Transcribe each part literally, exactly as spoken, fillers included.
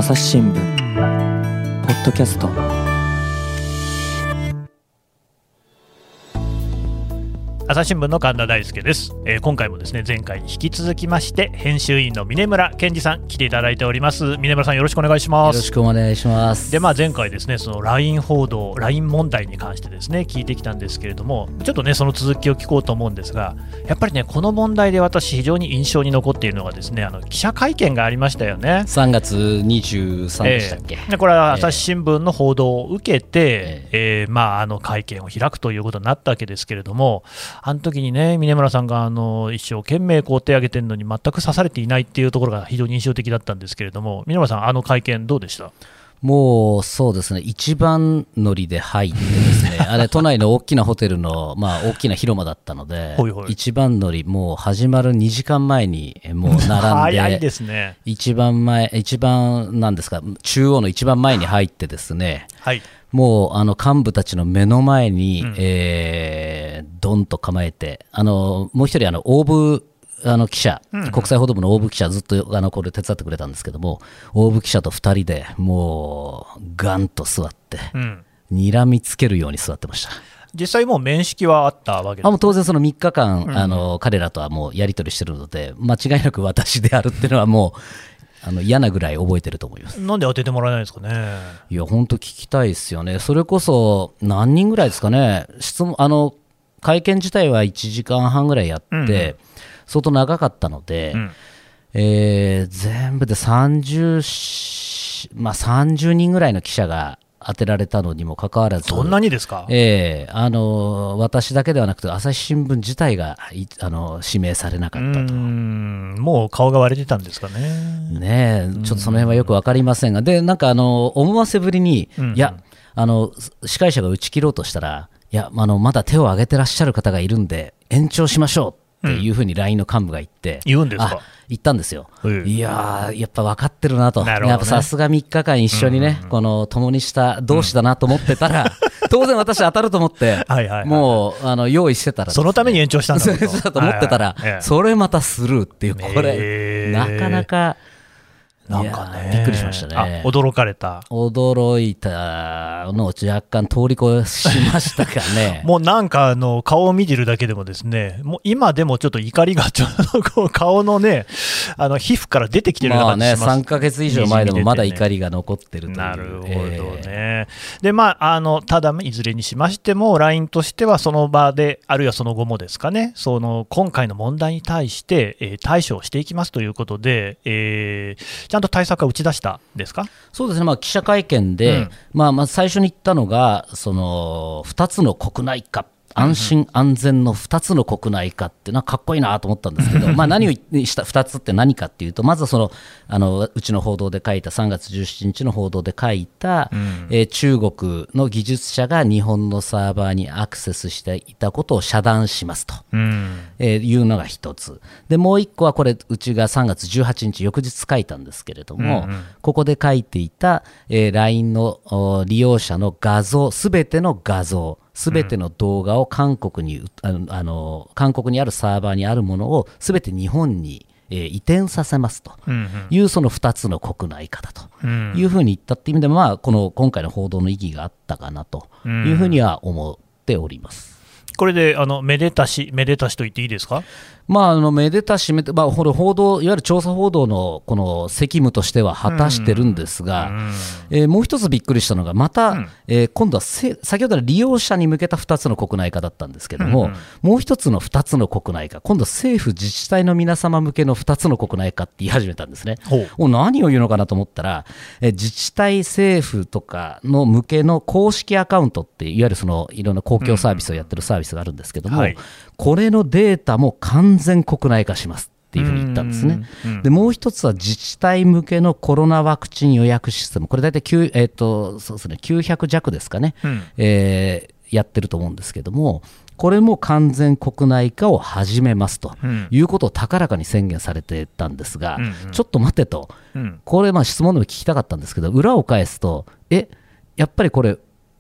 朝日新聞ポッドキャスト。 朝日新聞の神田大輔です、えー、今回もですね前回に引き続きまして編集員の峯村健二さん来ていただいております。峯村さんよろしくお願いします。 よろしくお願いします。 で、まあ、前回ですねその ライン 報道 ライン 問題に関してですね聞いてきたんですけれども、ちょっとねその続きを聞こうと思うんですが、やっぱりねこの問題で私非常に印象に残っているのがですねあの記者会見がありましたよね。 さんがつにじゅうさんでしたっけ、 えー、でこれは朝日新聞の報道を受けて、 ええーえーまあ、あの会見を開くということになったわけですけれども、あの時にね峯村さんがあの一生懸命こう手を挙げてるのに全く刺されていないっていうところが非常に印象的だったんですけれども、峯村さんあの会見どうでした？ もうそうですね、一番乗りで入ってですねあれ都内の大きなホテルの、まあ、大きな広間だったのでほいほい一番乗りもう始まるにじかんまえにもう並んで早いですね。 一番前一番なんですか中央の一番前に入ってですね、 はい、 もうあの幹部たちの目の前に、 うんえー、ドンと構えて、あのもう一人あのオーブあの記者、 うん、 国際報道部のオーブ記者ずっとあのこれ手伝ってくれたんですけども、オーブ記者とふたりでもうガンと座って、 うん、 睨みつけるように座ってました。 実際もう面識はあったわけですか？ あもう当然そのみっかかん、 うん、 あの彼らとはもうやり取りしてるので間違いなく私であるっていうのはもうあの嫌なぐらい覚えてると思います。 なんで当ててもらえないですかね。 いや本当聞きたいですよね。それこそ何人ぐらいですかね。質問あの会見自体はいちじかんはんぐらいやって、うん、相当長かったので、うんえー、全部でさんじゅう、まあ、さんじゅうにんぐらいの記者が当てられたのにもかかわらず、 そんなにですか？ えー、あの私だけではなくて朝日新聞自体があの指名されなかったと。うーんもう顔が割れてたんですかね。 ねえちょっとその辺はよく分かりませんが、でなんかあの思わせぶりに、うん、いやあの司会者が打ち切ろうとしたら、いやあのまだ手を挙げてらっしゃる方がいるんで延長しましょうっていうふうに ライン の幹部が言って、うん、 言うんですか？ 言ったんですよ、うん、いややっぱ分かってるなと、 なるほどね、 やっぱさすがみっかかん一緒にね、うんうん、この共にした同志だなと思ってたら、うん、当然私当たると思ってはいはい、はい、もうあの用意してたら、ね、 そのために延長したんだとそうと思ってたら、はいはい、それまたスルーっていう、これなかなかなんかねびっくりしましたね。 あ驚かれた驚いたのを若干通り越しましたかねもうなんかあの顔を見てるだけでもですね、もう今でもちょっと怒りがちょっとこう顔のねあの皮膚から出てきてるような感じします。 まあね、さんかげつ以上前でもまだ怒りが残ってるという。 なるほどね、えー、でまああのただいずれにしましても ライン としてはその場であるいはその後もですかね、その今回の問題に対して、えー、対処をしていきますということで、えー、ちゃんと対策は打ち出したんですか？ そうですね、まあ、記者会見で、うんまあ、まず最初に言ったのがそのふたつの国内化、安心安全のふたつの国内化っていうのはかっこいいなと思ったんですけどまあ何をしたふたつって何かっていうと、まずそのあのうちの報道で書いたさんがつじゅうしちにちの報道で書いた、うんえー、中国の技術者が日本のサーバーにアクセスしていたことを遮断しますと、うんえー、いうのが一つで、もう一個はこれうちがさんがつじゅうはちにち翌日書いたんですけれども、うんうん、ここで書いていた、えー、ライン の利用者の画像、すべての画像すべての動画を韓国に、あの、あの韓国にあるサーバーにあるものをすべて日本に、えー、移転させますという、そのふたつの国内化だというふうに言ったっていう意味でも、まあ、この今回の報道の意義があったかなというふうには思っております。 これであのめでたしめでたしと言っていいですか？ まあ、あのめでたしめで、まあ、報道いわゆる調査報道のこの責務としては果たしてるんですが、うんえー、もう一つびっくりしたのがまた、うんえー、今度はせ先ほどの利用者に向けたふたつの国内化だったんですけども、うんうん、もう一つのふたつの国内化、今度は政府自治体の皆様向けのふたつの国内化って言い始めたんですね。お何を言うのかなと思ったら、えー、自治体政府とかの向けの公式アカウントっていわゆるそのいろんな公共サービスをやってるサービスがあるんですけども、うんはい、これのデータも完全国内化しますっていうふうに言ったんですね。でもう一つは自治体向けのコロナワクチン予約システム、これ大体、えーとそうですね、きゅうひゃくじゃくですかね、うんえー、やってると思うんですけども、これも完全国内化を始めますということを高らかに宣言されてたんですが、うんうん、ちょっと待ってと、うん、これまあ質問でも聞きたかったんですけど、裏を返すとえやっぱりこれ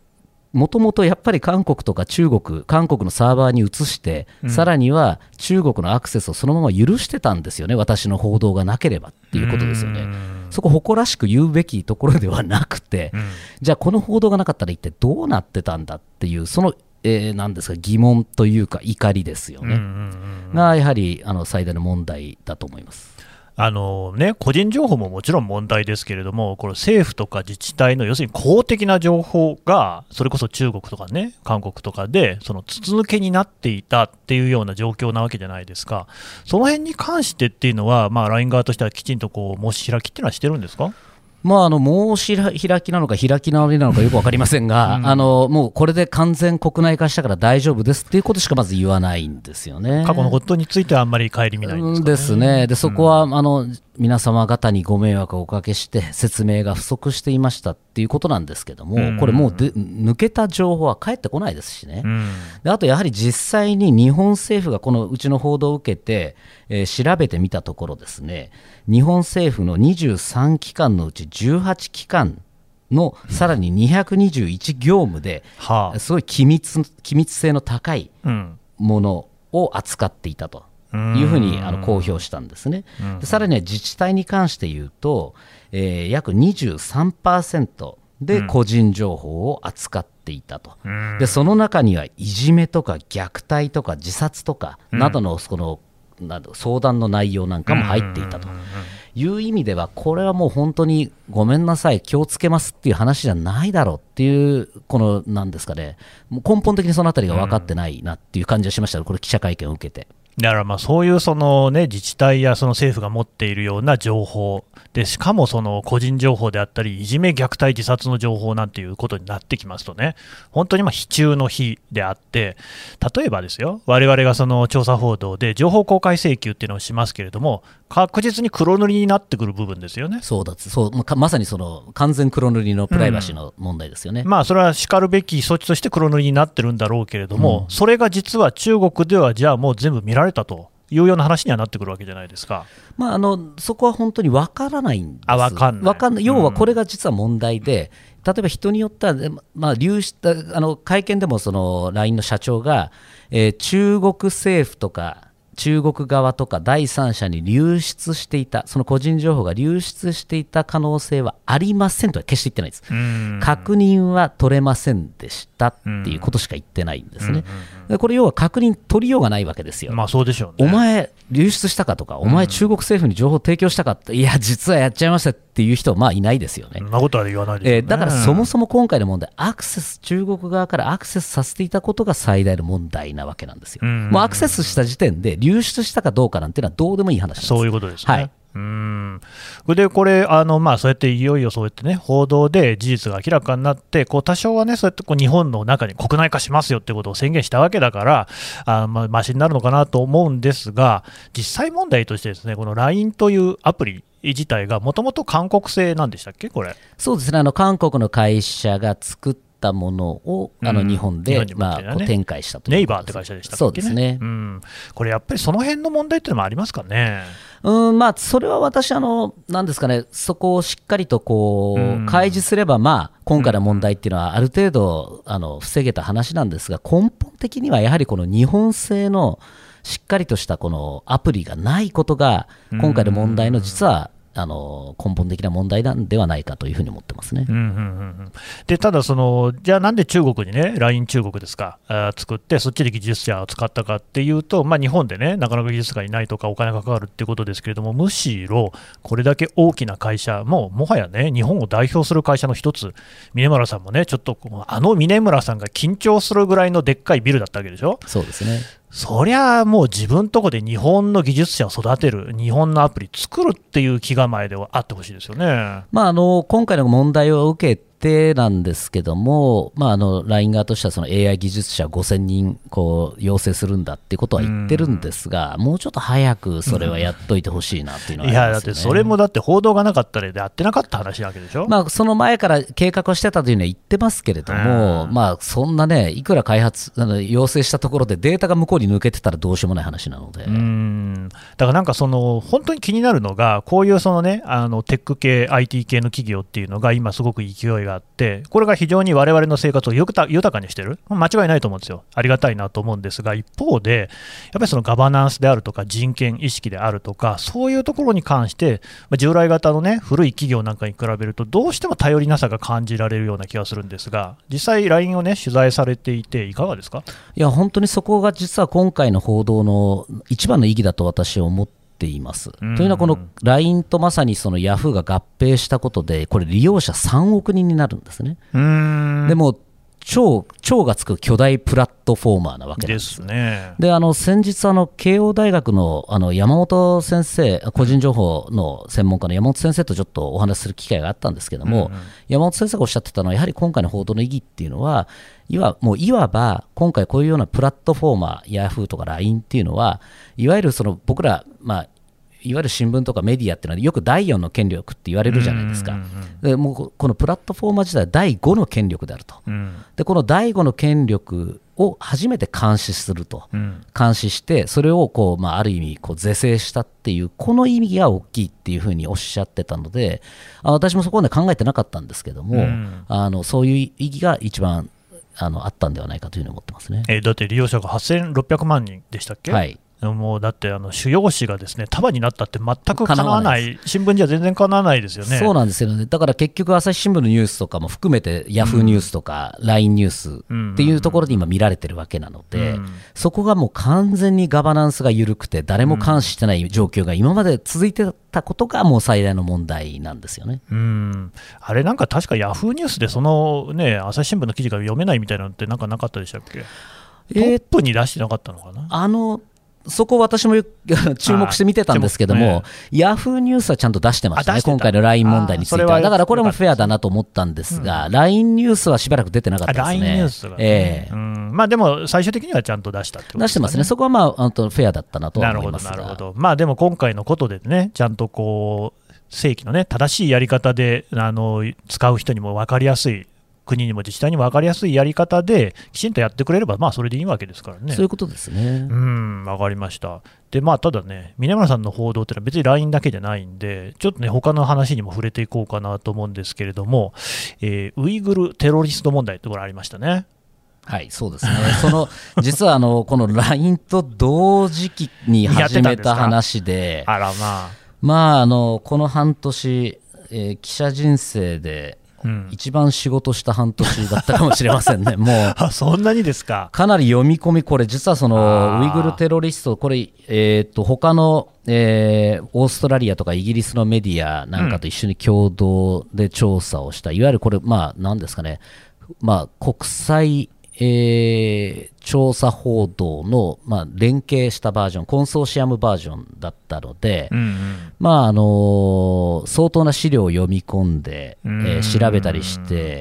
もともとやっぱり韓国とか中国、韓国のサーバーに移して、うん、さらには中国のアクセスをそのまま許してたんですよね、私の報道がなければっていうことですよね。そこ誇らしく言うべきところではなくて、うん、じゃあこの報道がなかったら一体どうなってたんだっていうその、えー、なんですか疑問というか怒りですよね、うんうんうん、がやはりあの最大の問題だと思います。 あのね、個人情報ももちろん問題ですけれども、これ政府とか自治体の要するに公的な情報がそれこそ中国とかね、韓国とかでその筒抜けになっていたっていうような状況なわけじゃないですか。その辺に関してっていうのは、まあ、ライン 側としてはきちんとこう申し開きっていうのはしてるんですか？ まあ、あの申し開きなのか開き直りなのかよく分かりませんが、うん、あのもうこれで完全国内化したから大丈夫ですっていうことしかまず言わないんですよね。 過去のことについてはあんまり顧みないんですかね。 ですね。でそこは、うん、あの皆様方にご迷惑をおかけして説明が不足していましたっていうことなんですけども、うん、これもうで抜けた情報は返ってこないですしね、うん、であとやはり実際に日本政府がこのうちの報道を受けて、えー、調べてみたところですね、日本政府のにじゅうさんきかんのうちじゅうはちきかんのさらににひゃくにじゅういち業務ですごい機密、機密性の高いものを扱っていたというふうにあの公表したんですね。でさらには自治体に関して言うと、えー、約 にじゅうさんパーセント で個人情報を扱っていたと。でその中にはいじめとか虐待とか自殺とかなどのこのなど相談の内容なんかも入っていたという意味では、これはもう本当にごめんなさい気をつけますっていう話じゃないだろうっていう、このなんですかね、もう根本的にそのあたりが分かってないなっていう感じがしました、これ記者会見を受けて。 だからまあそういうその、ね、自治体やその政府が持っているような情報で、しかもその個人情報であったりいじめ虐待自殺の情報なんていうことになってきますとね、本当にまあ非中の非であって、例えばですよ、我々がその調査報道で情報公開請求っていうのをしますけれども、確実に黒塗りになってくる部分ですよね。 そうだそうま、まさにその完全黒塗りのプライバシーの問題ですよね、 うん、まあそれはしかるべき措置として黒塗りになってるんだろうけれども、うん、それが実は中国ではじゃあもう全部見られたというような話にはなってくるわけじゃないですか。 まあ、あのそこは本当に分からないんです。 あ、分かんない。 分かんない。要はこれが実は問題で、うん、例えば人によっては、まあ、流出あの会見でもその ライン の社長が、えー、中国政府とか中国側とか第三者に流出していた、その個人情報が流出していた可能性はありませんとは決して言ってないです。確認は取れませんでしたっていうことしか言ってないんですね。これ要は確認取りようがないわけですよ。 まあそうでしょうね。 お前流出したかとか、お前中国政府に情報を提供したかって、いや実はやっちゃいましたっていう人はまあいないですよね。 そんなことは言わないですよね。 えー、だからそもそも今回の問題、アクセス中国側からアクセスさせていたことが最大の問題なわけなんですよ。もうアクセスした時点で流出したかどうかなんていうのはどうでもいい話なんです。 そういうことですね。 はい。 うーんでこれあの、まあ、そうやっていよいよそうやってね報道で事実が明らかになってこう多少はねそうやってこう日本の中に国内化しますよってことを宣言したわけだからあ、まあ、マシになるのかなと思うんですが、実際問題としてですねこの ライン というアプリ自体がもともと韓国製なんでしたっけ？これそうですね、あの韓国の会社が作ったものをあの日本で、うんねまあ、こう展開したというネイバーって会社でしたっけね。 そうですね、 うん、これやっぱりその辺の問題っていうのもありますかね。 うんまあ、それは私あのなんですかね、そこをしっかりとこう、うん、開示すれば、まあ、今回の問題っていうのはある程度あの防げた話なんですが、根本的にはやはりこの日本製のしっかりとしたこのアプリがないことが今回の問題の実はあの根本的な問題なんではないかというふうに思ってますね。 うんうんうん、でただその、じゃあなんで中国にね、ライン 中国ですか、あ作って、そっちで技術者を使ったかっていうと、まあ、日本でね、なかなか技術がいないとか、お金がかかるっていうことですけれども、むしろこれだけ大きな会社、ももはやね、日本を代表する会社の一つ、峯村さんもね、ちょっとあの峯村さんが緊張するぐらいのでっかいビルだったわけでしょ。 そうですね。 そりゃもう自分とこで日本の技術者を育てる、日本のアプリ作るっていう気構えではあってほしいですよね。 まあ、あの今回の問題を受けてなんですけども、まあ、あの ライン 側としてはその エーアイ 技術者ごせんにんこう養成するんだっていうことは言ってるんですが、もうちょっと早くそれはやっといてほしいなっていうのはありますよね。 いやだってそれもだって報道がなかったらやってなかった話なわけでしょ。 まあ、その前から計画をしてたというのは言ってますけれども、まあ、そんなね、いくら開発あの養成したところでデータが向こうに抜けてたらどうしようもない話なので。 うーんだからなんかその本当に気になるのが、こういうそのねあのテック系 アイティー 系の企業っていうのが今すごく勢いががあって、これが非常に我々の生活を豊かにしている、間違いないと思うんですよ、ありがたいなと思うんですが、一方で、やっぱりそのガバナンスであるとか、人権意識であるとか、そういうところに関して、まあ、従来型の、ね、古い企業なんかに比べると、どうしても頼りなさが感じられるような気がするんですが、実際、ライン を、ね、取材されていて、いかがですか？ いや、本当にそこが実は今回の報道の一番の意義だと私は思ってています。というのは、この ライン とまさにそのヤフーが合併したことで、これ利用者さんおくにんになるんですね。 うーんでも超超がつく巨大プラットフォーマーなわけなんです。 ですね。 で、あの先日あの慶応大学のあの山本先生、個人情報の専門家の山本先生とちょっとお話しする機会があったんですけども、うんうん、山本先生がおっしゃってたのは、やはり今回の報道の意義っていうのは、いわもういわば今回こういうようなプラットフォーマー、ヤフーとか ライン っていうのは、いわゆるその僕ら、まあいわゆる新聞とかメディアっていうのはよくだいよんの権力って言われるじゃないですか。うんうんうん、でもうこのプラットフォーマー自体はだいごの権力であると、うん、でこのだいごの権力を初めて監視すると、うん、監視してそれをこう、まあ、ある意味こう是正したっていう、この意味が大きいっていうふうにおっしゃってたので、あ私もそこまで考えてなかったんですけども、うん、あのそういう意義が一番あのあったんではないかというふうに思ってますね。 えだって利用者がはっせんろっぴゃくまんにんでしたっけ？はい。もうだってあの主要紙がですね束になったって全くかなわない、新聞じゃ全然かなわないですよね。 そうなんですよね。だから結局朝日新聞のニュースとかも含めてヤフーニュースとか ライン ニュースっていうところで今見られてるわけなので、うん、そこがもう完全にガバナンスが緩くて誰も監視してない状況が今まで続いてたことがもう最大の問題なんですよね。 うん、あれなんか確かヤフーニュースでそのね朝日新聞の記事が読めないみたいなのってなんかなかったでしたっけ？トップに出してなかったのかな。 あのそこ私も注目して見てたんですけども、ね、ヤフーニュースはちゃんと出してましたね、今回の ライン 問題については。だからこれもフェアだなと思ったんですが、うん、ライン ニュースはしばらく出てなかったですね。 ライン ニュースが、ねえーうんまあ、でも最終的にはちゃんと出したってことですね。 出してますね。そこはまあ、あとフェアだったなと思いますが。 なるほど、なるほど。まあでも今回のことでね、ちゃんとこう正規のね正しいやり方であの使う人にも分かりやすい、国にも自治体にも分かりやすいやり方できちんとやってくれれば、まあ、それでいいわけですからね。 そういうことですね。 うん、分かりました。で、まあ、ただね、峰村さんの報道っていうのは別に ライン だけじゃないんで、ちょっとね、他の話にも触れていこうかなと思うんですけれども、えー、ウイグルテロリスト問題ってこれありましたね。 はい、そうですね。その実はあのこの ライン と同時期に始めた話で、 あらまあ、 まあ、あのこの半年、えー、記者人生でうん、一番仕事した半年だったかもしれませんね。もうあそんなにですか。 かなり読み込み、これ実はそのウイグルテロリスト、これ、えー、と他の、えー、オーストラリアとかイギリスのメディアなんかと一緒に共同で調査をした、うん、いわゆるこれ、まあ、なんですかね、まあ、国際えー、調査報道の、まあ、連携したバージョン、コンソーシアムバージョンだったので、うんうんまああのー、相当な資料を読み込んで、えー、調べたりして、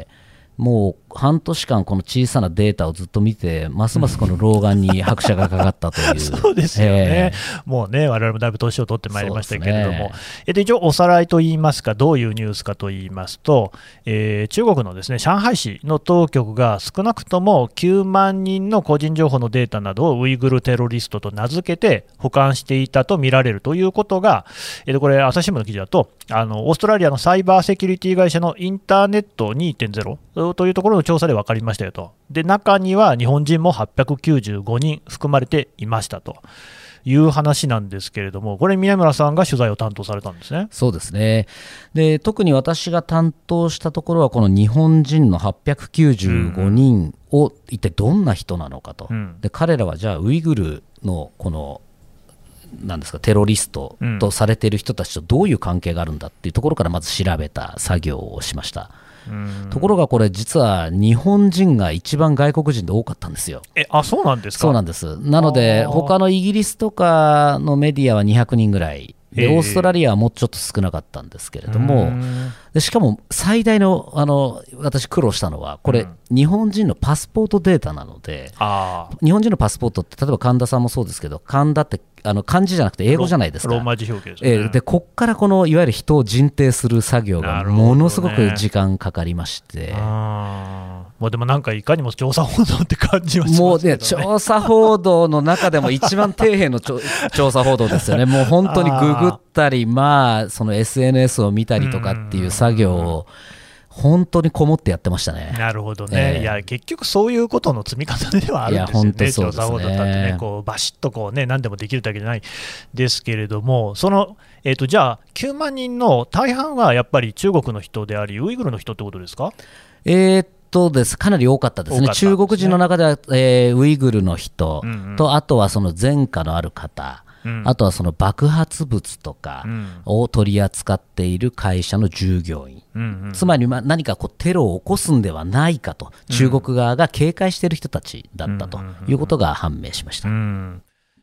もう半年間この小さなデータをずっと見て、ますますこの老眼に拍車がかかったというそうですよね、えー、もうね我々もだいぶ年を取ってまいりましたけれども、ね、えで一応おさらいといいますか、どういうニュースかといいますと、えー、中国のですね上海市の当局が少なくともきゅうまんにんの個人情報のデータなどをウイグルテロリストと名付けて保管していたと見られるということが、えー、これ朝日新聞の記事だと、あのオーストラリアのサイバーセキュリティ会社のインターネット にてんゼロ というところの調査で分かりましたよと。で中には日本人もはっぴゃくきゅうじゅうごにん含まれていましたという話なんですけれども、これ宮村さんが取材を担当されたんですね。 そうですね。で特に私が担当したところはこの日本人のはっぴゃくきゅうじゅうごにんを一体どんな人なのかと、うん、で彼らはじゃあウイグルのこのなんですかテロリストとされている人たちとどういう関係があるんだっていうところからまず調べた作業をしました。ところがこれ実は日本人が一番外国人で多かったんですよ。 えあそうなんですか。 そうなんです。なので他のイギリスとかのメディアはにひゃくにんぐらいで、オーストラリアはもうちょっと少なかったんですけれども、でしかも最大の、あの私苦労したのはこれ、うん、日本人のパスポートデータなので、あ日本人のパスポートって例えば神田さんもそうですけど、神田ってあの漢字じゃなくて英語じゃないですか。 ローマ字表記ですね。 えー、でこっからこのいわゆる人を人定する作業がものすごく時間かかりまして、 あもうでもなんかいかにも調査報道って感じはしますけどね。もうね調査報道の中でも一番底辺の調査報道ですよね。もう本当にググったり、まあその エスエヌエス を見たりとかっていう作業を本当にこもってやってましたね。 なるほどね、 えーいや結局そういうことの積み重ねではあるんですよね、 いや本当そうですね調査報道だってね、こうバシッとこう、ね、何でもできるだけじゃないですけれども、その、えー、とじゃあ、きゅうまんにんの大半はやっぱり中国の人であり、ウイグルの人ってことですか？ えーっとですかなり多かったですね。 多かったんですね中国人の中では、えーウイグルの人と、 うんうんあとはその前科のある方、 うんあとはその爆発物とかうんを取り扱っている会社の従業員、 うんうんつまりまあ何かこうテロを起こすんではないかと中国側が警戒している人たちだったということが判明しました。 うん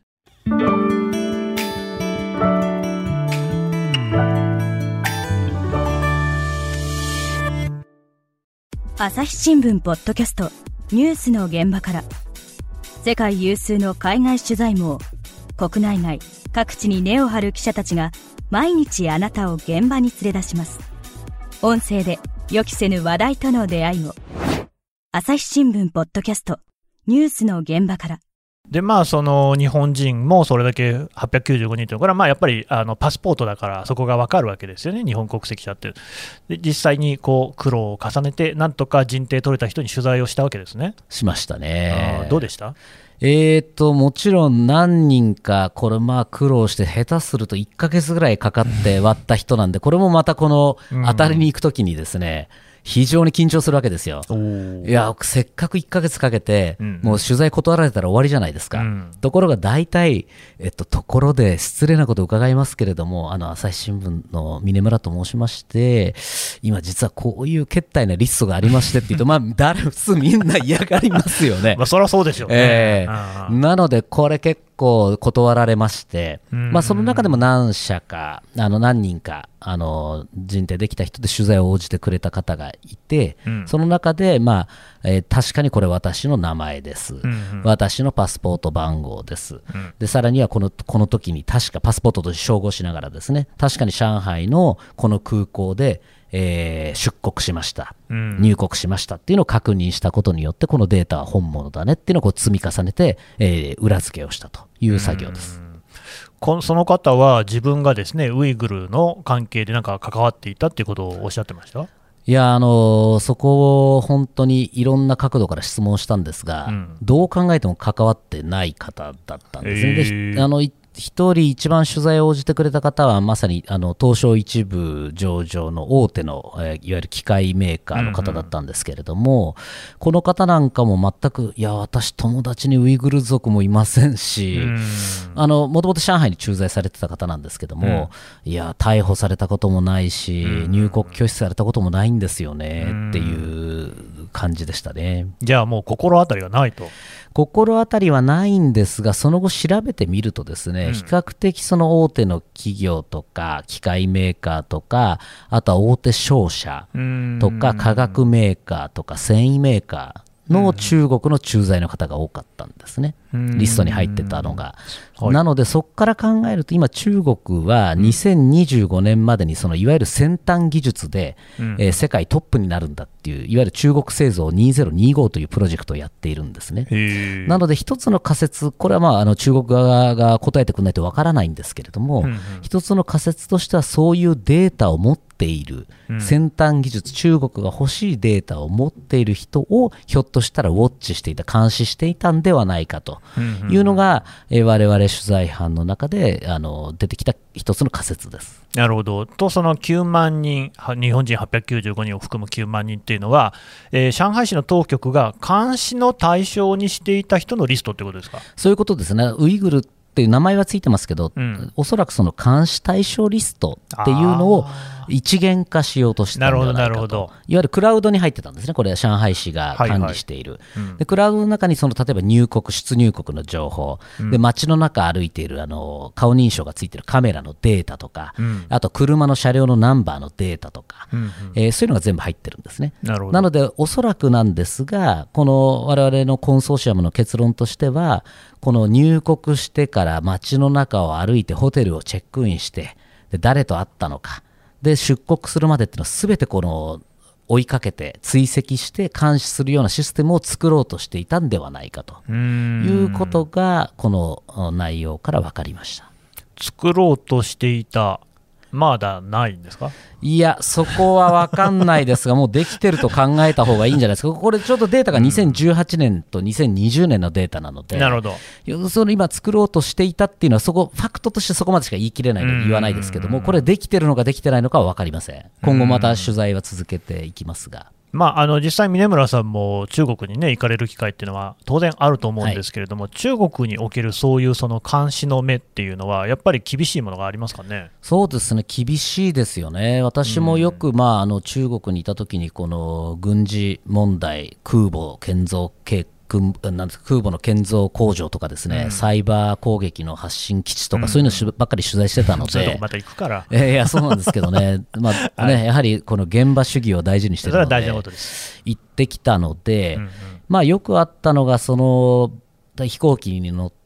朝日新聞ポッドキャストニュースの現場から、世界有数の海外取材網、国内外各地に根を張る記者たちが毎日あなたを現場に連れ出します。音声で予期せぬ話題との出会いを。朝日新聞ポッドキャストニュースの現場から。 でまあ、その日本人もそれだけはっぴゃくきゅうじゅうごにんというのは、これはまあやっぱりあのパスポートだからそこが分かるわけですよね、日本国籍者って。で実際にこう苦労を重ねて、なんとか人定取れた人に取材をしたわけですね。 しましたね。 あーどうでした？ えーともちろん何人かこれまあ苦労して下手するといっかげつぐらいかかって割った人なんで、これもまたこの当たりに行くときにですね、非常に緊張するわけですよ。いやせっかくいっかげつかけて、 うんうんもう取材断られたら終わりじゃないですか、 うんところが大体、えっと、ところで失礼なことを伺いますけれども、あの朝日新聞の峰村と申しまして、今実はこういう決体なリストがありましてって言うと、まあ誰普通みんな嫌がりますよね。 まあ、そりゃそうでしょうね。 えあーーなのでこれ結構断られまして、 うんまあ、その中でも何社かあの何人かあの人定できた人で取材を応じてくれた方がいて、 うんその中で、まあえー確かにこれ私の名前です、 うんうん私のパスポート番号です、 うんでさらにはこのこの時に確かパスポートと照合しながらですね、確かに上海のこの空港で、えー出国しました、 うん入国しましたっていうのを確認したことによって、このデータは本物だねっていうのをこう積み重ねて、えー裏付けをしたという作業です。 こその方は自分がですねウイグルの関係でなんか関わっていたっていうことをおっしゃってました？ いや、あのーそこを本当にいろんな角度から質問したんですが、 うんどう考えても関わってない方だったんですね。 へーでひあのい一人一番取材を応じてくれた方はまさにあの東証一部上場の大手の、えーいわゆる機械メーカーの方だったんですけれども、この方なんかも全く、いや私友達にウイグル族もいませんし、 うんあのもともと上海に駐在されてた方なんですけども、いや逮捕されたこともないし、 うん入国拒否されたこともないんですよねっていう感じでしたね。 じゃあもう心当たりがないと。 心当たりはないんですが、その後調べてみるとですね、 うん比較的その大手の企業とか機械メーカーとか、あとは大手商社とか化学メーカーとか繊維メーカーの中国の駐在の方が多かったんですね、リストに入ってたのが。 はいなのでそこから考えると、今中国はにせんにじゅうごねんまでにそのいわゆる先端技術で、 うんえー世界トップになるんだっていう、いわゆる中国製造にせんにじゅうごというプロジェクトをやっているんですね。 へーなので一つの仮説、これはまああの中国側が答えてくれないとわからないんですけれども、 うんうん一つの仮説としては、そういうデータを持っている、 うん先端技術、中国が欲しいデータを持っている人をひょっとしたらウォッチしていた、監視していたんではないかというのが、えー我々取材班の中であの出てきた一つの仮説です。 なるほど。と、そのきゅうまんにん、は日本人はっぴゃくきゅうじゅうごにんを含むきゅうまんにんっていうのは、えー上海市の当局が監視の対象にしていた人のリストってことですか？ そういうことですね。ウイグルっていう名前はついてますけど、 うんおそらくその監視対象リストっていうのを一元化しようとしたのではないかと。 なるほどなるほどいわゆるクラウドに入ってたんですね。これは上海市が管理している、 はいはいうんでクラウドの中にその例えば入国出入国の情報、 うんで街の中歩いているあの顔認証がついているカメラのデータとか、 うんあと車の車両のナンバーのデータとか、 うんうんえーそういうのが全部入ってるんですね。 なるほど。 なのでおそらくなんですが、この我々のコンソーシアムの結論としては、この入国してから街の中を歩いてホテルをチェックインして、で誰と会ったのかで出国するまでっていうのは全てこの追いかけて追跡して監視するようなシステムを作ろうとしていたんではないかとうーんいうことがこの内容から分かりました。 作ろうとしていた、 まだないんですか？ いや、そこは分かんないですが、もうできてると考えた方がいいんじゃないですか。これちょっとデータがにせんじゅうはちねんとにせんにじゅうねんのデータなので、 なるほど。 その今作ろうとしていたっていうのは、そこファクトとしてそこまでしか言い切れないので言わないですけども、これできてるのかできてないのかは分かりません。今後また取材は続けていきますが。 まあ、あの実際、峯村さんも中国に、ね、行かれる機会っていうのは当然あると思うんですけれども、はい、中国におけるそういうその監視の目っていうのは、やっぱり厳しいものがありますかね。 そうですね、厳しいですよね。私もよく、まあ、あの中国にいたときに、この軍事問題、空母建造計なんですか、空母の建造工場とかですね、うん、サイバー攻撃の発信基地とか、うん、そういうのばっかり取材してたので、そういうとこまた行くから、えー、いやそうなんですけどね、まあね、はい、やはりこの現場主義を大事にしてるので、行ってきたので、うんうん、まあ、よくあったのが、その飛行機に乗って、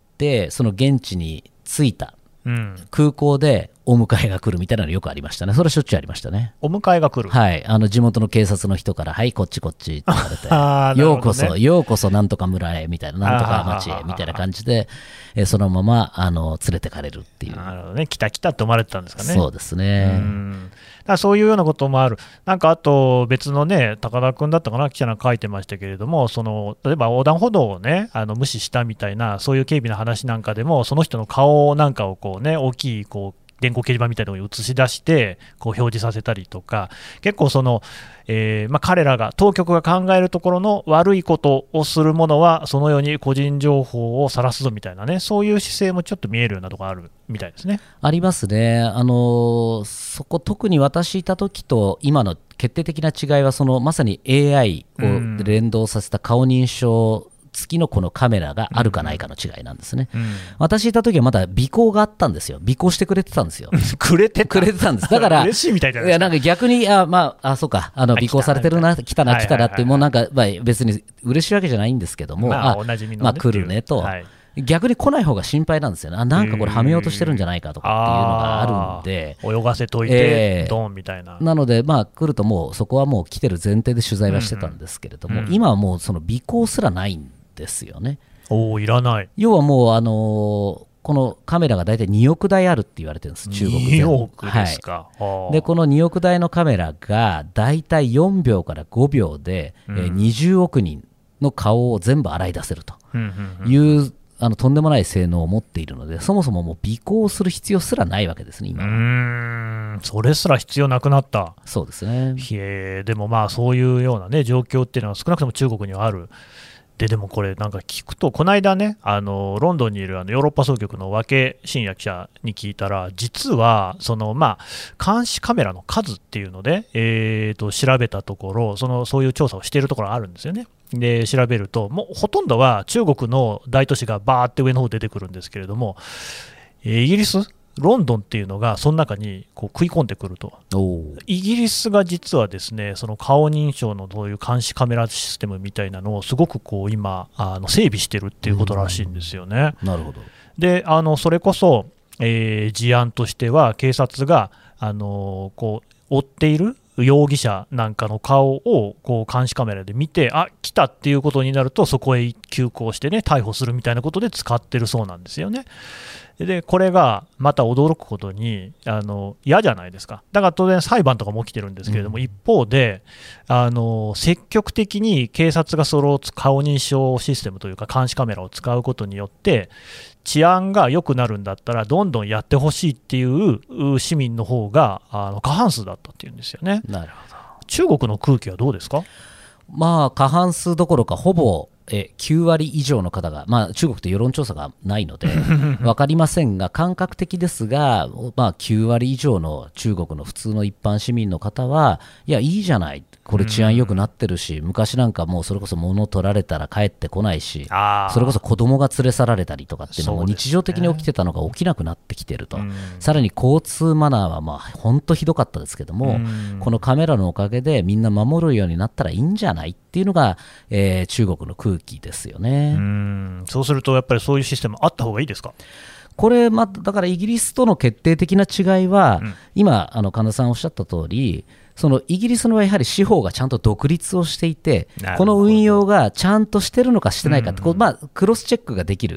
その現地に着いた、うん、空港でお迎えが来るみたいなのよくありましたね。それはしょっちゅうありましたね。 お迎えが来る、 はい、あの地元の警察の人から、はい、こっちこっちって言われて、ようこそ、ようこそなんとか村へみたいな、なんとか町へみたいな感じで、えそのままあの連れてかれるっていう。 なるほどね、来た来たって思われてたんですかね。 そうですね。 うん、だからそういうようなこともある。なんかあと別のね、高田君だったかな、記者が書いてましたけれども、その例えば横断歩道をね、あの無視したみたいな、そういう軽微な話なんかでも、その人の顔なんかをこうね、大きいこう電光掲示板みたいなのを映し出してこう表示させたりとか、結構その、えーまあ、彼らが当局が考えるところの悪いことをするものはそのように個人情報を晒すぞみたいなね、そういう姿勢もちょっと見えるようなところあるみたいですね。 ありますね。あのそこ特に私いた時と今の決定的な違いは、そのまさに エーアイ を連動させた顔認証付きのこのカメラがあるかないかの違いなんですね、うんうん、私いた時はまだ尾行があったんですよ。尾行してくれてたんですよ。 くれてたくれてたんです。だから嬉しいみたいじゃないですか。 いや、なんか逆に、あ、まあ、あ、そうか、あの尾行されてるな、来たな来たなって、もうなんか、まあ、別に嬉しいわけじゃないんですけども、 まあ、おなじみのね、 まあ、来るねと、はい、逆に来ない方が心配なんですよね。あ、なんかこれはめようとしてるんじゃないかとかっていうのがあるんで、 泳がせといて、えー、ドンみたいな。 なので、まあ、来るともうそこはもう来てる前提で取材はしてたんですけれども、うんうん、今はもうその尾行すらないんですよね。 お、いらない。 要はもう、あのー、このカメラが大体におくだいあるって言われてるんです、中国で。 におくですか、 はい、でこのにおくだいのカメラが大体よんびょうからごびょうで、うん、えー、にじゅうおくにんの顔を全部洗い出せるという、うんうんうん、あのとんでもない性能を持っているので、そもそももう尾行する必要すらないわけですね、今は。 うーん、それすら必要なくなった。 そうですね。 へえ、でもまあそういうような、ね、状況っていうのは少なくとも中国にはある。で, でもこれ、なんか聞くと、この間ね、あのロンドンにいるあのヨーロッパ総局の和信也記者に聞いたら、実はその、まあ、監視カメラの数っていうので、えー、と調べたところ、そのそういう調査をしているところがあるんですよね。で調べると、もうほとんどは中国の大都市がバーって上の方出てくるんですけれども、イギリス、ロンドンっていうのがその中にこう食い込んでくると。イギリスが実はですね、その顔認証のどういう監視カメラシステムみたいなのをすごくこう今あの整備してるっていうことらしいんですよね。 なるほど。 で、あのそれこそ、えー、事案としては警察があのこう追っている容疑者なんかの顔をこう監視カメラで見て、あ、来たっていうことになるとそこへ急行してね逮捕するみたいなことで使ってるそうなんですよね。でこれがまた驚くことにあの嫌じゃないですか。だから当然裁判とかも起きてるんですけれども、うん、一方であの積極的に警察がその顔認証システムというか監視カメラを使うことによって治安が良くなるんだったらどんどんやってほしいっていう市民の方があの過半数だったっていうんですよね。 なるほど。 中国の空気はどうですか？ まあ過半数どころかほぼえきゅうわり以上の方が、まあ、中国って世論調査がないので分かりませんが、感覚的ですが、まあ、きゅうわり以上の中国の普通の一般市民の方は、いや、いいじゃない、これ治安良くなってるし、昔なんかもうそれこそ物取られたら帰ってこないし、それこそ子供が連れ去られたりとかっていうのも日常的に起きてたのが起きなくなってきてると、さらに交通マナーはまあ本当ひどかったですけども、このカメラのおかげでみんな守るようになったらいいんじゃないっていうのが、えー、中国の空気ですよね。 うーん、そうするとやっぱりそういうシステムあった方がいいですか？ これ、ま、だからイギリスとの決定的な違いは、うん、今あの神田さんおっしゃった通り、そのイギリスのはやはり司法がちゃんと独立をしていて、この運用がちゃんとしてるのかしてないかって、うん、こうまあ、クロスチェックができる。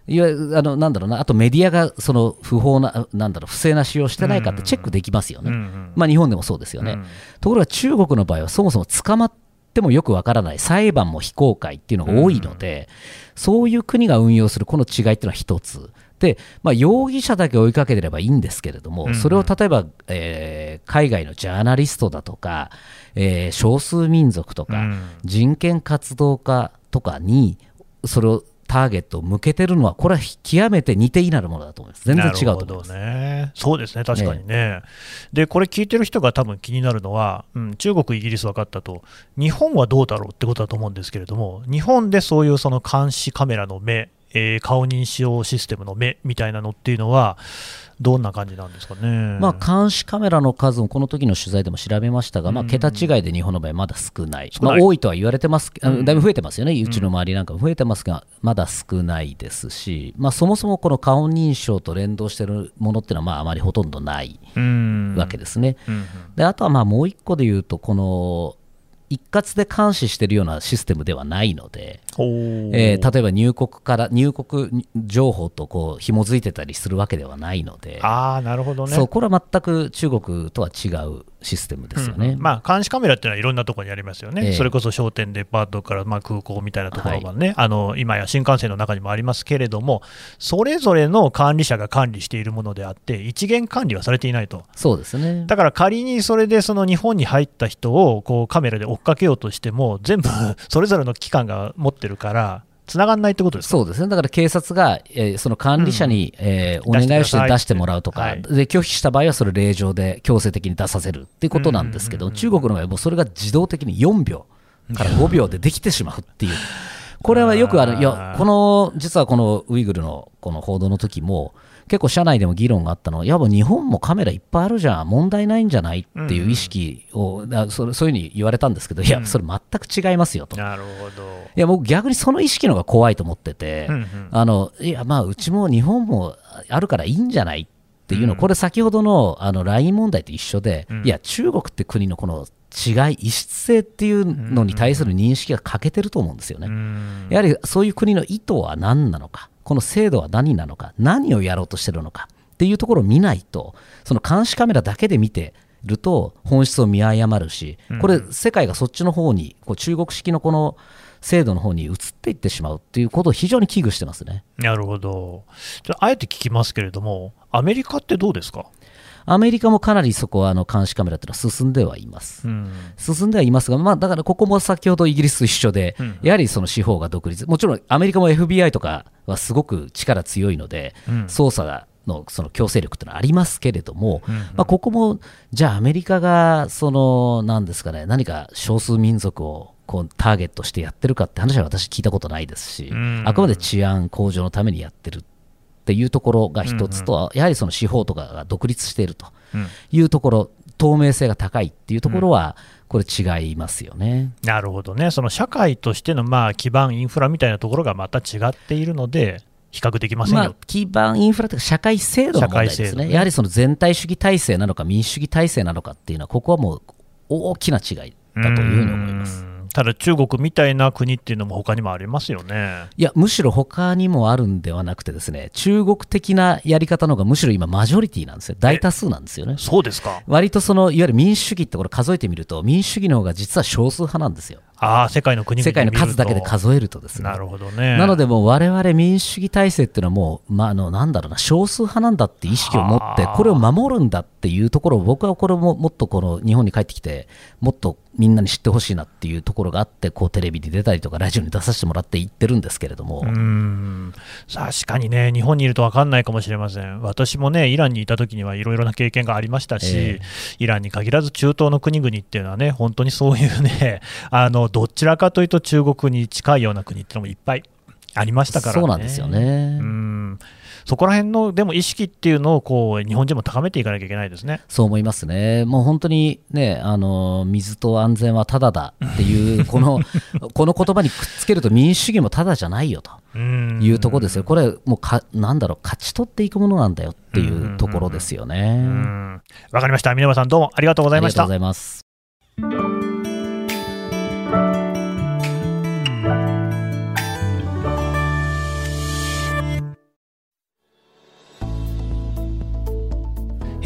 いわゆるあのなんだろうな、あとメディアがその不法な、なんだろう、不正な使用してないかってチェックできますよね、うんうん、まあ、日本でもそうですよね、うん、ところが中国の場合はそもそも捕まってもよくわからない、裁判も非公開っていうのが多いので、うん、そういう国が運用するこの違いっていうのは一つで、まあ、容疑者だけ追いかけてればいいんですけれども、うんうん、それを例えば、えー、海外のジャーナリストだとか、えー、少数民族とか、うん、人権活動家とかにそれをターゲットを向けてるのは、これは極めて似て非なるものだと思います。全然違うと思います。 なるほどね。そうですね、確かにね。ねで、これ聞いてる人が多分気になるのは、うん、中国、イギリス分かったと、日本はどうだろうってことだと思うんですけれども、日本でそういうその監視カメラの目、えー、顔認証システムの目みたいなのっていうのは、どんな感じなんですかね。 まあ、監視カメラの数もこの時の取材でも調べましたが、まあ、桁違いで日本の場合まだ少ない、まあ、多いとは言われてます、だいぶ増えてますよね、うちの周りなんかも増えてますが、まだ少ないですし、まあ、そもそもこの顔認証と連動しているものっていうのはまああまりほとんどないわけですね。であとはまあもう一個で言うと、この一括で監視しているようなシステムではないので、えー、例えば入国から入国情報とこう紐づいてたりするわけではないので、 あー、なるほどね。 そうこれは全く中国とは違うシステムですよね、 うん、まあ、監視カメラっていうのはいろんなところにありますよね、えー、それこそ商店、デパートからまあ空港みたいなところがね、はい、あの今や新幹線の中にもありますけれども、それぞれの管理者が管理しているものであって、一元管理はされていないと。 そうですね。 だから仮にそれでその日本に入った人をこうカメラで追っかけようとしても、全部それぞれの機関が持ってるから、つながんないってことですか。 そうですね。だから警察が、えー、その管理者に、うんえー、お願いをして出してもらうとか、はい、で拒否した場合はそれ令状で強制的に出させるっていうことなんですけど、うんうんうん、中国の場合はもうそれが自動的によんびょうからごびょうでできてしまうっていう。これはよくある。いや、この実はこのウイグルのこの報道の時も結構社内でも議論があったのは、やっぱ日本もカメラいっぱいあるじゃん、問題ないんじゃないっていう意識を、うん、それそういうふうに言われたんですけど、いやそれ全く違いますよと。 なるほど。 いや僕逆にその意識の方が怖いと思ってて、うんうん、あのいやまあうちも日本もあるからいいんじゃないっていうの、うん、これ先ほどのあの ライン 問題と一緒で、うん、いや中国って国のこの違い、異質性っていうのに対する認識が欠けてると思うんですよね、うん、やはりそういう国の意図は何なのか、この制度は何なのか、何をやろうとしてるのかっていうところを見ないと、その監視カメラだけで見てると本質を見誤るし、これ世界がそっちの方にこう中国式のこの制度の方に移っていってしまうっていうことを非常に危惧してますね。 なるほど。じゃあ、あえて聞きますけれども、アメリカってどうですか。 アメリカもかなりそこはあの監視カメラっていうのは進んではいます、うん、進んではいますが、まあ、だからここも先ほどイギリスと一緒で、うん、やはりその司法が独立、もちろんアメリカも エフビーアイ とかはすごく力強いので、うん、捜査のその強制力というのはありますけれども、うんうんまあ、ここもじゃあアメリカがその何ですかね、何か少数民族をこうターゲットしてやってるかって話は私聞いたことないですし、うんうん、あくまで治安向上のためにやってるっていうところが一つと、うんうん、やはりその司法とかが独立しているというところ、うん、透明性が高いっていうところは、これ違いますよね、 うん、なるほどね。その社会としてのまあ基盤インフラみたいなところがまた違っているので比較できませんよ、まあ、 基盤インフラというか社会制度の問題ですね。やはりその全体主義体制なのか民主主義体制なのかっていうのは、ここはもう大きな違いだというふうに思います。 ただ中国みたいな国っていうのも他にもありますよね。 いやむしろ他にもあるんではなくてですね、中国的なやり方の方がむしろ今マジョリティなんですよ。大多数なんですよね。 そうですか。 割とそのいわゆる民主主義ってこれ数えてみると、民主主義の方が実は少数派なんですよ。 ああ、世界の国々 世界の数だけで数えるとですね。 なるほどね。 なのでもう我々民主主義体制っていうのはもう、まあ、あのなんだろうな、少数派なんだって意識を持ってこれを守るんだっていうところを、僕はこれももっとこの日本に帰ってきてもっとみんなに知ってほしいなっていうところがあって、こうテレビに出たりとかラジオに出させてもらって言ってるんですけれども、 うーん、確かにね、日本にいると分かんないかもしれません。私もねイランにいた時にはいろいろな経験がありましたし、えー、イランに限らず中東の国々っていうのはね、本当にそういうねあのどちらかというと中国に近いような国っていうのもいっぱいありましたからね。 そうなんですよね。 うん、そこら辺のでも意識っていうのをこう日本人も高めていかなきゃいけないですね。 そう思いますね。もう本当にね、あの水と安全はただだっていうこのこの言葉にくっつけると民主主義もただじゃないよというところですよ。これもうかなんだろう、勝ち取っていくものなんだよっていうところですよね。 わかりました。峰山さんどうもありがとうございました。 ありがとうございます。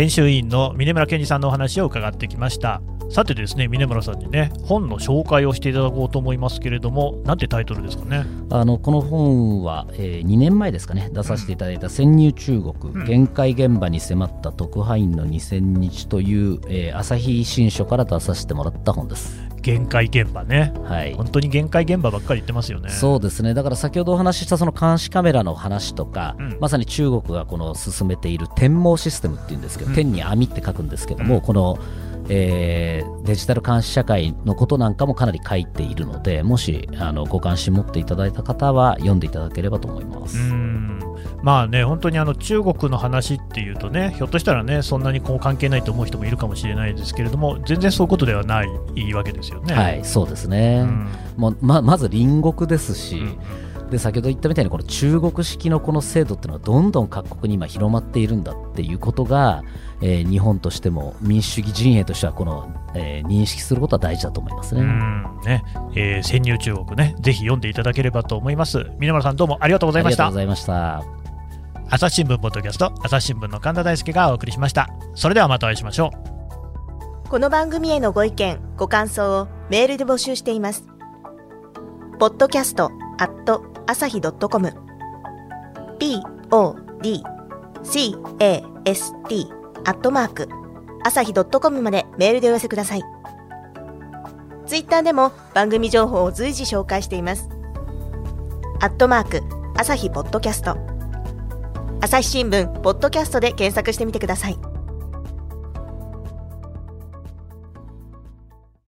編集委員の峯村健二さんのお話を伺ってきました。さてですね、峯村さんにね、本の紹介をしていただこうと思いますけれども、なんてタイトルですかね。 あのこの本は、えー、にねんまえですかね、出させていただいた潜入中国、うん、限界現場に迫った特派員のにせんにちという、えー、朝日新書から出させてもらった本です。 限界現場ね、 はい、 本当に限界現場ばっかり言ってますよね。 そうですね。だから先ほどお話ししたその監視カメラの話とか、うん、まさに中国がこの進めている天網システムっていうんですけど、うん、天に網って書くんですけども、うん、このえー、デジタル監視社会のことなんかもかなり書いているので、もしあのご関心持っていただいた方は読んでいただければと思います。 うーん、まあね、本当にあの中国の話っていうとね、ひょっとしたらね、そんなにこう関係ないと思う人もいるかもしれないですけれども、全然そういうことではないわけですよね。 はい、そうですね。うん、もう ま, まず隣国ですし、うん、で先ほど言ったみたいにこの中国式のこの制度っていうのはどんどん各国に今広まっているんだっていうことが、えー、日本としても民主主義陣営としてはこの、えー、認識することは大事だと思いますね。 うんね、えー、潜入中国ね、ぜひ読んでいただければと思います。峯村さん、どうもありがとうございました。 ありがとうございました。 朝日新聞ポッドキャスト、朝日新聞の神田大輔がお送りしました。それではまたお会いしましょう。この番組へのご意見ご感想をメールで募集しています。ポッドキャストアット朝日ドットコム ピーオーディーキャストアットマーク朝日ドットコムまでメールでお寄せください。ツイッターでも番組情報を随時紹介しています。アットマーク朝日ポッドキャスト、朝日新聞ポッドキャストで検索してみてください。